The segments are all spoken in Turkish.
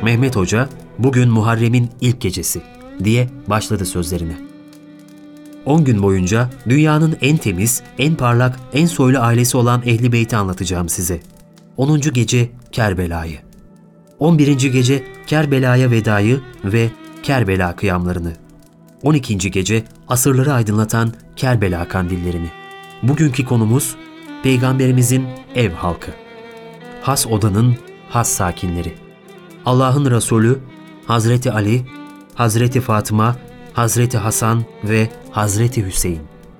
Mehmet Hoca, bugün Muharrem'in ilk gecesi diye başladı sözlerine. 10 gün boyunca dünyanın en temiz, en parlak, en soylu ailesi olan Ehl-i Beyt'i anlatacağım size. 10. gece Kerbela'yı. 11. gece Kerbela'ya vedayı ve Kerbela kıyamlarını. 12. gece asırları aydınlatan Kerbela kandillerini. Bugünkü konumuz Peygamberimizin ev halkı. Has odanın has sakinleri. Allah'ın Resulü Hazreti Ali, Hazreti Fatıma, Hazreti Hasan ve Hazreti Hüseyin.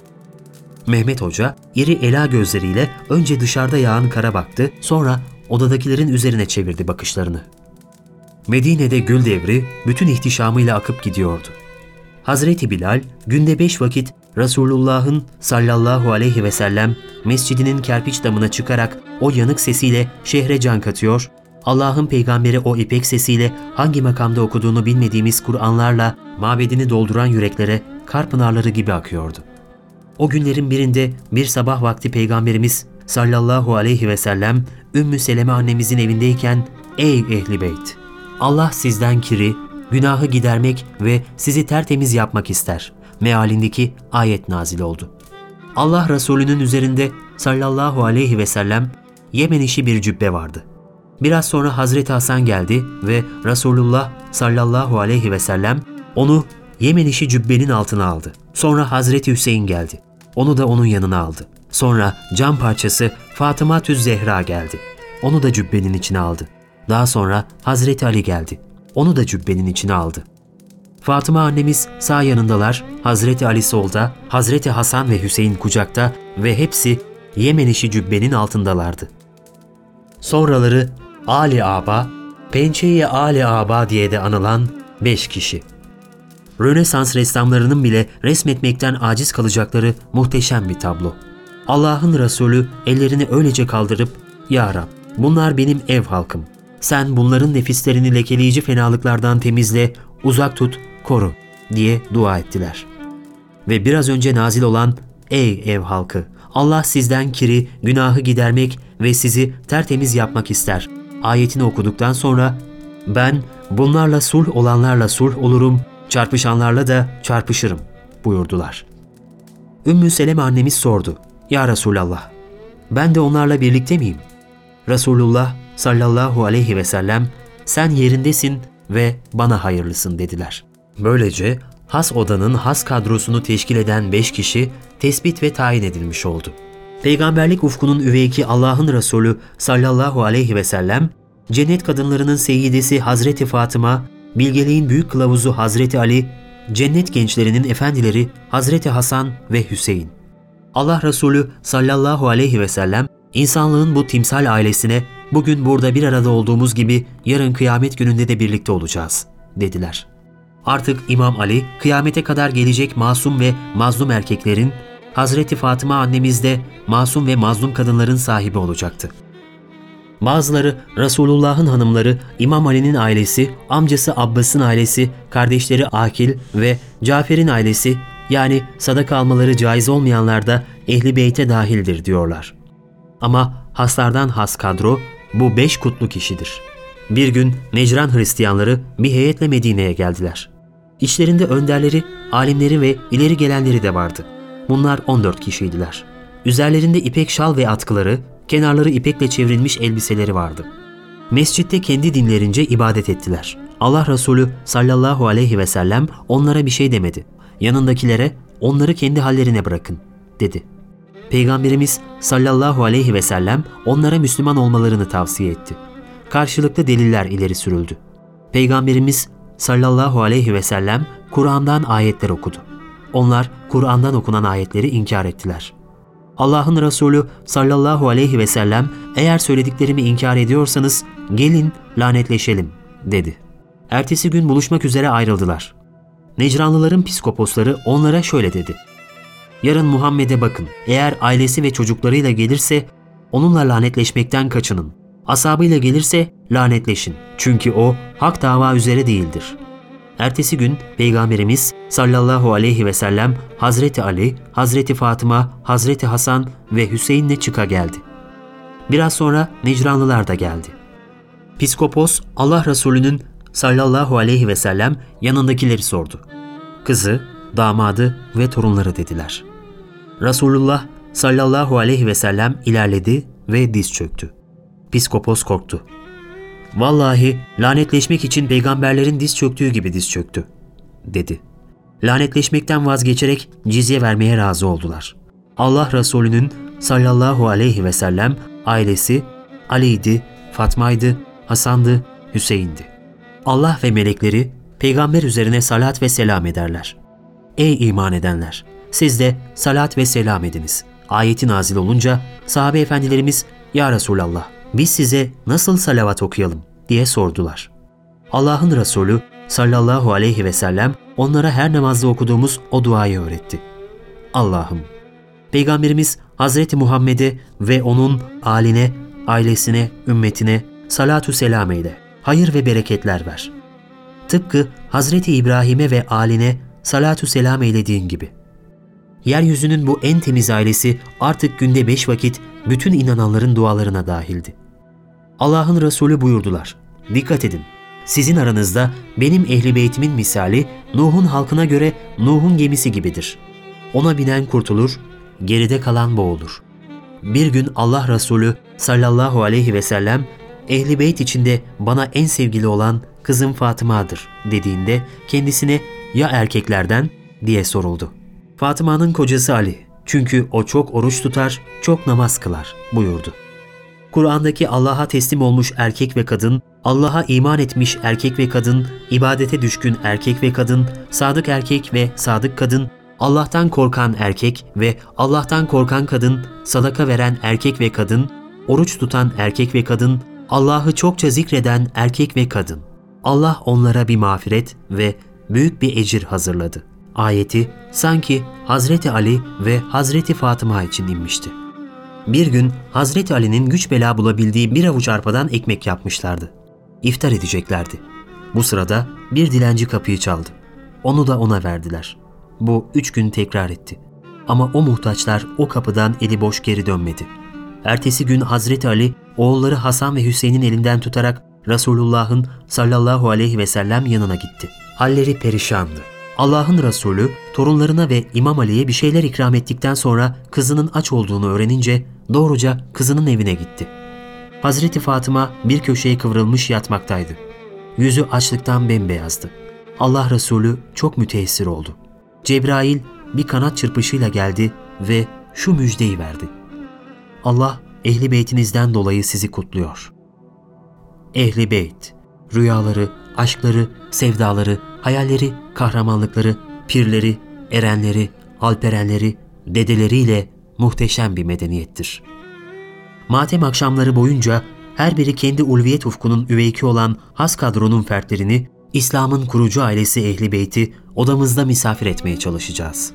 Mehmet Hoca iri ela gözleriyle önce dışarıda yağan kara baktı, sonra odadakilerin üzerine çevirdi bakışlarını. Medine'de gül devri bütün ihtişamıyla akıp gidiyordu. Hazreti Bilal günde 5 vakit Resulullah'ın sallallahu aleyhi ve sellem mescidinin kerpiç damına çıkarak o yanık sesiyle şehre can katıyor, Allah'ın peygamberi o ipek sesiyle hangi makamda okuduğunu bilmediğimiz Kur'anlarla mabedini dolduran yüreklere kar pınarları gibi akıyordu. O günlerin birinde bir sabah vakti Peygamberimiz sallallahu aleyhi ve sellem Ümmü Seleme annemizin evindeyken "Ey Ehl-i Beyt! Allah sizden kiri, günahı gidermek ve sizi tertemiz yapmak ister" mealindeki ayet nazil oldu. Allah Resulü'nün üzerinde sallallahu aleyhi ve sellem Yemen işi bir cübbe vardı. Biraz sonra Hazreti Hasan geldi ve Resulullah sallallahu aleyhi ve sellem onu Yemen işi cübbenin altına aldı. Sonra Hazreti Hüseyin geldi. Onu da onun yanına aldı. Sonra cam parçası Fatıma Tüz Zehra geldi. Onu da cübbenin içine aldı. Daha sonra Hazreti Ali geldi. Onu da cübbenin içine aldı. Fatıma annemiz sağ yanındalar, Hazreti Ali solda, Hazreti Hasan ve Hüseyin kucakta ve hepsi Yemen işi cübbenin altındalardı. Sonraları Ali Aba, Pençe-i Ali Aba diye de anılan 5 kişi. Rönesans ressamlarının bile resmetmekten aciz kalacakları muhteşem bir tablo. Allah'ın Resulü ellerini öylece kaldırıp "Ya Rab, bunlar benim ev halkım. Sen bunların nefislerini lekeleyici fenalıklardan temizle, uzak tut, koru" diye dua ettiler. Ve biraz önce nazil olan "Ey ev halkı! Allah sizden kiri, günahı gidermek ve sizi tertemiz yapmak ister" ayetini okuduktan sonra "Ben bunlarla sulh olanlarla sulh olurum, çarpışanlarla da çarpışırım" buyurdular. Ümmü Seleme annemiz sordu. "Ya Resulallah, ben de onlarla birlikte miyim?" Resulullah sallallahu aleyhi ve sellem "Sen yerindesin ve bana hayırlısın" dediler. Böylece has odanın has kadrosunu teşkil eden 5 kişi tespit ve tayin edilmiş oldu. Peygamberlik ufkunun üveyki Allah'ın Resulü sallallahu aleyhi ve sellem, cennet kadınlarının seyyidesi Hazreti Fatıma, bilgeliğin büyük kılavuzu Hazreti Ali, cennet gençlerinin efendileri Hazreti Hasan ve Hüseyin. Allah Resulü sallallahu aleyhi ve sellem, insanlığın bu timsal ailesine "Bugün burada bir arada olduğumuz gibi yarın kıyamet gününde de birlikte olacağız" dediler. Artık İmam Ali, kıyamete kadar gelecek masum ve mazlum erkeklerin, Hazreti Fatıma annemiz de masum ve mazlum kadınların sahibi olacaktı. Bazıları Resulullah'ın hanımları, İmam Ali'nin ailesi, amcası Abbas'ın ailesi, kardeşleri Akil ve Cafer'in ailesi, yani sadaka almaları caiz olmayanlar da Ehl-i Beyt'e dahildir diyorlar. Ama haslardan has kadro bu 5 kutlu kişidir. Bir gün Necran Hristiyanları bir heyetle Medine'ye geldiler. İçlerinde önderleri, alimleri ve ileri gelenleri de vardı. Bunlar 14 kişiydiler. Üzerlerinde ipek şal ve atkıları, kenarları ipekle çevrilmiş elbiseleri vardı. Mescitte kendi dinlerince ibadet ettiler. Allah Resulü sallallahu aleyhi ve sellem onlara bir şey demedi. Yanındakilere "Onları kendi hallerine bırakın" dedi. Peygamberimiz sallallahu aleyhi ve sellem onlara Müslüman olmalarını tavsiye etti. Karşılıklı deliller ileri sürüldü. Peygamberimiz sallallahu aleyhi ve sellem Kur'an'dan ayetler okudu. Onlar Kur'an'dan okunan ayetleri inkar ettiler. Allah'ın Resulü sallallahu aleyhi ve sellem "Eğer söylediklerimi inkar ediyorsanız gelin lanetleşelim" dedi. Ertesi gün buluşmak üzere ayrıldılar. Necranlıların psikoposları onlara şöyle dedi. "Yarın Muhammed'e bakın. Eğer ailesi ve çocuklarıyla gelirse onunla lanetleşmekten kaçının. Ashabıyla gelirse lanetleşin. Çünkü o hak dava üzere değildir." Ertesi gün Peygamberimiz sallallahu aleyhi ve sellem Hazreti Ali, Hazreti Fatıma, Hazreti Hasan ve Hüseyin'le çıka geldi. Biraz sonra Necranlılar da geldi. Piskopos Allah Resulü'nün sallallahu aleyhi ve sellem yanındakileri sordu. Kızı, damadı ve torunları dediler. Resulullah sallallahu aleyhi ve sellem ilerledi ve diz çöktü. Piskopos korktu. Vallahi lanetleşmek için peygamberlerin diz çöktüğü gibi diz çöktü, dedi. Lanetleşmekten vazgeçerek cizye vermeye razı oldular. Allah Resulü'nün sallallahu aleyhi ve sellem ailesi Ali'ydi, Fatma'ydı, Hasan'dı, Hüseyin'di. Allah ve melekleri peygamber üzerine salat ve selam ederler. Ey iman edenler! Siz de salat ve selam ediniz. Ayeti nazil olunca sahabe efendilerimiz, Ya Resulallah, biz size nasıl salavat okuyalım diye sordular. Allah'ın Resulü sallallahu aleyhi ve sellem onlara her namazda okuduğumuz o duayı öğretti. Allah'ım, Peygamberimiz Hazreti Muhammed'e ve onun âline, ailesine, ümmetine salatu selam eyle, hayır ve bereketler ver. Tıpkı Hazreti İbrahim'e ve âline salatu selam eylediğin gibi. Yeryüzünün bu en temiz ailesi artık günde 5 vakit bütün inananların dualarına dahildi. Allah'ın Resulü buyurdular, dikkat edin, sizin aranızda benim ehli beytimin misali Nuh'un halkına göre Nuh'un gemisi gibidir. Ona binen kurtulur, geride kalan boğulur. Bir gün Allah Resulü sallallahu aleyhi ve sellem, ehli beyt içinde bana en sevgili olan kızım Fatıma'dır dediğinde kendisine ya erkeklerden diye soruldu. Fatıma'nın kocası Ali, çünkü o çok oruç tutar, çok namaz kılar buyurdu. Kur'an'daki Allah'a teslim olmuş erkek ve kadın, Allah'a iman etmiş erkek ve kadın, ibadete düşkün erkek ve kadın, sadık erkek ve sadık kadın, Allah'tan korkan erkek ve Allah'tan korkan kadın, sadaka veren erkek ve kadın, oruç tutan erkek ve kadın, Allah'ı çokça zikreden erkek ve kadın. Allah onlara bir mağfiret ve büyük bir ecir hazırladı. Ayeti sanki Hazreti Ali ve Hazreti Fatıma için inmişti. Bir gün Hazreti Ali'nin güç bela bulabildiği bir avuç arpadan ekmek yapmışlardı. İftar edeceklerdi. Bu sırada bir dilenci kapıyı çaldı. Onu da ona verdiler. Bu 3 gün tekrar etti. Ama o muhtaçlar o kapıdan eli boş geri dönmedi. Ertesi gün Hazreti Ali oğulları Hasan ve Hüseyin'in elinden tutarak Resulullah'ın sallallahu aleyhi ve sellem yanına gitti. Halleri perişandı. Allah'ın Resulü torunlarına ve İmam Ali'ye bir şeyler ikram ettikten sonra kızının aç olduğunu öğrenince doğruca kızının evine gitti. Hazreti Fatıma bir köşeye kıvrılmış yatmaktaydı. Yüzü açlıktan bembeyazdı. Allah Resulü çok müteessir oldu. Cebrail bir kanat çırpışıyla geldi ve şu müjdeyi verdi. Allah ehli beytinizden dolayı sizi kutluyor. Ehli beyt, rüyaları, aşkları, sevdaları, hayalleri, kahramanlıkları, pirleri, erenleri, alperenleri, dedeleriyle muhteşem bir medeniyettir. Matem akşamları boyunca her biri kendi ulviyet ufkunun üveyki olan has kadronun fertlerini, İslam'ın kurucu ailesi Ehli Beyt'i odamızda misafir etmeye çalışacağız.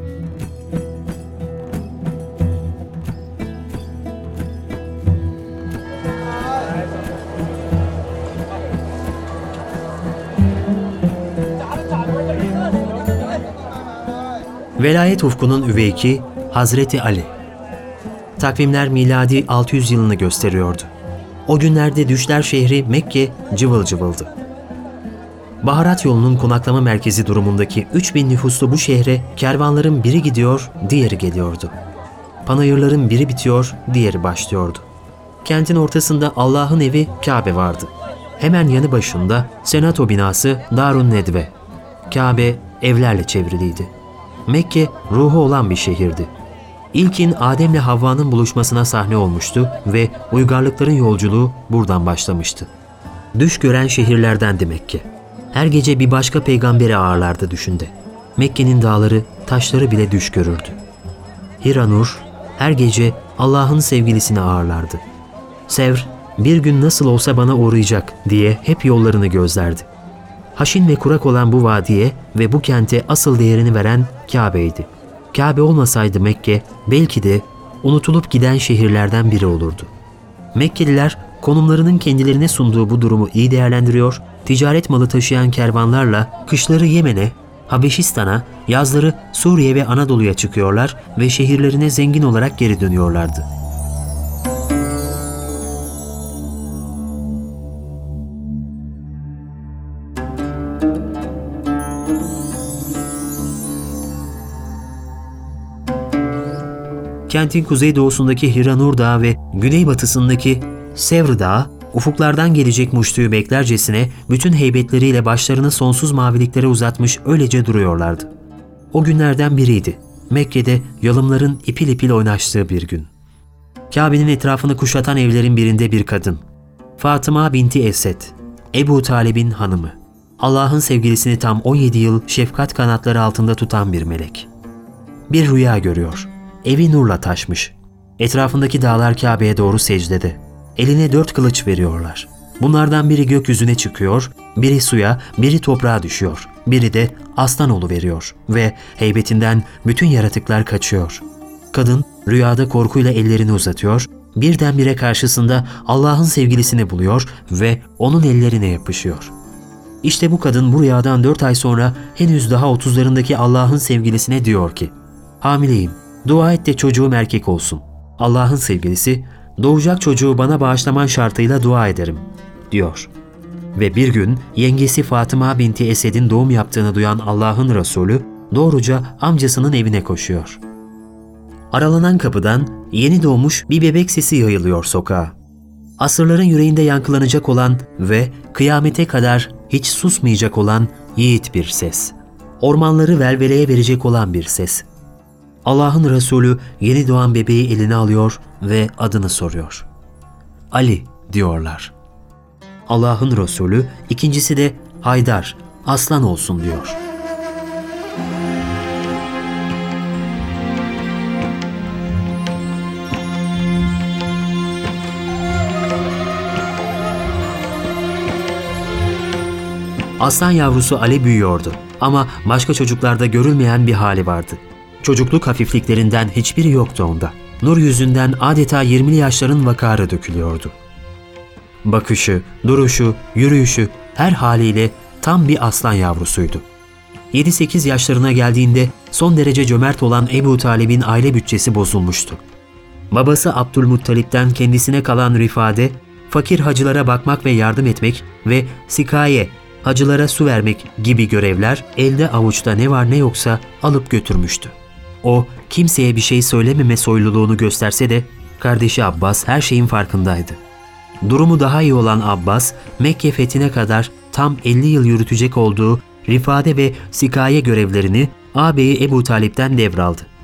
Velayet ufkunun üveyki Hazreti Ali. Takvimler miladi 600 yılını gösteriyordu. O günlerde düşler şehri Mekke cıvıl cıvıldı. Baharat yolunun konaklama merkezi durumundaki 3000 nüfuslu bu şehre kervanların biri gidiyor, diğeri geliyordu. Panayırların biri bitiyor, diğeri başlıyordu. Kentin ortasında Allah'ın evi Kabe vardı. Hemen yanı başında senato binası Darun Nedve. Kabe evlerle çevriliydi. Mekke ruhu olan bir şehirdi. İlkin Adem'le Havva'nın buluşmasına sahne olmuştu ve uygarlıkların yolculuğu buradan başlamıştı. Düş gören şehirlerdendi Mekke. Her gece bir başka peygamberi ağırlardı düşünde. Mekke'nin dağları, taşları bile düş görürdü. Hira Nur her gece Allah'ın sevgilisini ağırlardı. Sevr, bir gün nasıl olsa bana uğrayacak diye hep yollarını gözlerdi. Haşin ve kurak olan bu vadiye ve bu kente asıl değerini veren Kabe'ydi. Kabe olmasaydı Mekke belki de unutulup giden şehirlerden biri olurdu. Mekkeliler konumlarının kendilerine sunduğu bu durumu iyi değerlendiriyor, ticaret malı taşıyan kervanlarla kışları Yemen'e, Habeşistan'a, yazları Suriye ve Anadolu'ya çıkıyorlar ve şehirlerine zengin olarak geri dönüyorlardı. Kentin kuzeydoğusundaki Hiranur Dağı ve güneybatısındaki Sevr Dağı, ufuklardan gelecek muştuyu beklercesine bütün heybetleriyle başlarını sonsuz maviliklere uzatmış öylece duruyorlardı. O günlerden biriydi. Mekke'de yalımların ipil ipil oynaştığı bir gün. Kabe'nin etrafını kuşatan evlerin birinde bir kadın. Fatıma binti Esed, Ebu Talib'in hanımı. Allah'ın sevgilisini tam 17 yıl şefkat kanatları altında tutan bir melek. Bir rüya görüyor. Evi nurla taşmış. Etrafındaki dağlar Kabe'ye doğru secdede. Eline 4 kılıç veriyorlar. Bunlardan biri gökyüzüne çıkıyor, biri suya, biri toprağa düşüyor. Biri de aslan veriyor ve heybetinden bütün yaratıklar kaçıyor. Kadın rüyada korkuyla ellerini uzatıyor, birdenbire karşısında Allah'ın sevgilisini buluyor ve onun ellerine yapışıyor. İşte bu kadın bu rüyadan 4 ay sonra henüz daha 30'larındaki Allah'ın sevgilisine diyor ki, "Hamileyim, dua et de çocuğum erkek olsun." Allah'ın sevgilisi, "Doğacak çocuğu bana bağışlaman şartıyla dua ederim," diyor. Ve bir gün yengesi Fatıma binti Esed'in doğum yaptığını duyan Allah'ın Resulü doğruca amcasının evine koşuyor. Aralanan kapıdan yeni doğmuş bir bebek sesi yayılıyor sokağa. Asırların yüreğinde yankılanacak olan ve kıyamete kadar hiç susmayacak olan yiğit bir ses. Ormanları velveleye verecek olan bir ses. Allah'ın Resulü yeni doğan bebeği eline alıyor ve adını soruyor. Ali diyorlar. Allah'ın Resulü ikincisi de Haydar, aslan olsun diyor. Aslan yavrusu Ali büyüyordu ama başka çocuklarda görülmeyen bir hali vardı. Çocukluk hafifliklerinden hiçbiri yoktu onda. Nur yüzünden adeta 20'li yaşların vakarı dökülüyordu. Bakışı, duruşu, yürüyüşü her haliyle tam bir aslan yavrusuydu. 7-8 yaşlarına geldiğinde son derece cömert olan Ebu Talib'in aile bütçesi bozulmuştu. Babası Abdülmuttalip'ten kendisine kalan rifade, fakir hacılara bakmak ve yardım etmek ve sikaye, hacılara su vermek gibi görevler elde avuçta ne var ne yoksa alıp götürmüştü. O kimseye bir şey söylememe soyluluğunu gösterse de kardeşi Abbas her şeyin farkındaydı. Durumu daha iyi olan Abbas, Mekke fethine kadar tam 50 yıl yürütecek olduğu rifade ve sikaye görevlerini ağabeyi Ebu Talip'ten devraldı.